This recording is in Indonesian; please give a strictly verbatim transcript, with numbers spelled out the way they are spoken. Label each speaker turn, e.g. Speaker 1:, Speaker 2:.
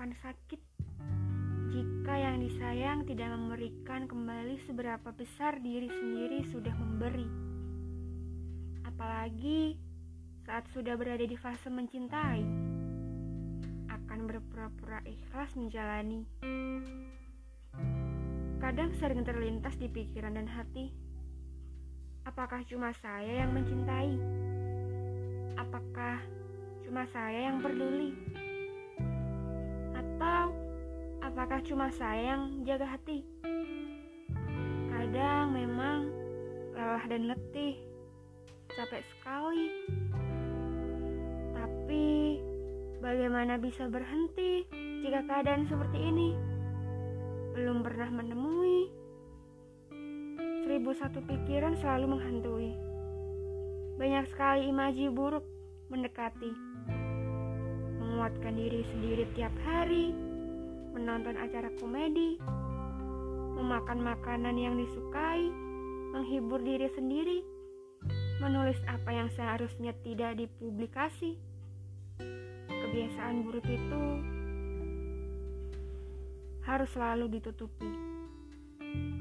Speaker 1: akan sakit jika yang disayang tidak memberikan kembali seberapa besar diri sendiri sudah memberi. Apalagi saat sudah berada di fase mencintai, akan berpura-pura ikhlas menjalani. Kadang sering terlintas di pikiran dan hati, apakah cuma saya yang mencintai? Apakah cuma saya yang peduli? Atau apakah cuma saya yang jaga hati? Kadang memang lelah dan letih, capek sekali. Tapi bagaimana bisa berhenti jika keadaan seperti ini? Belum pernah menemui. Seribu satu pikiran selalu menghantui. Banyak sekali imaji buruk mendekati. Menguatkan diri sendiri tiap hari, menonton acara komedi, memakan makanan yang disukai, menghibur diri sendiri, menulis apa yang seharusnya tidak dipublikasi. Kebiasaan buruk itu harus selalu ditutupi.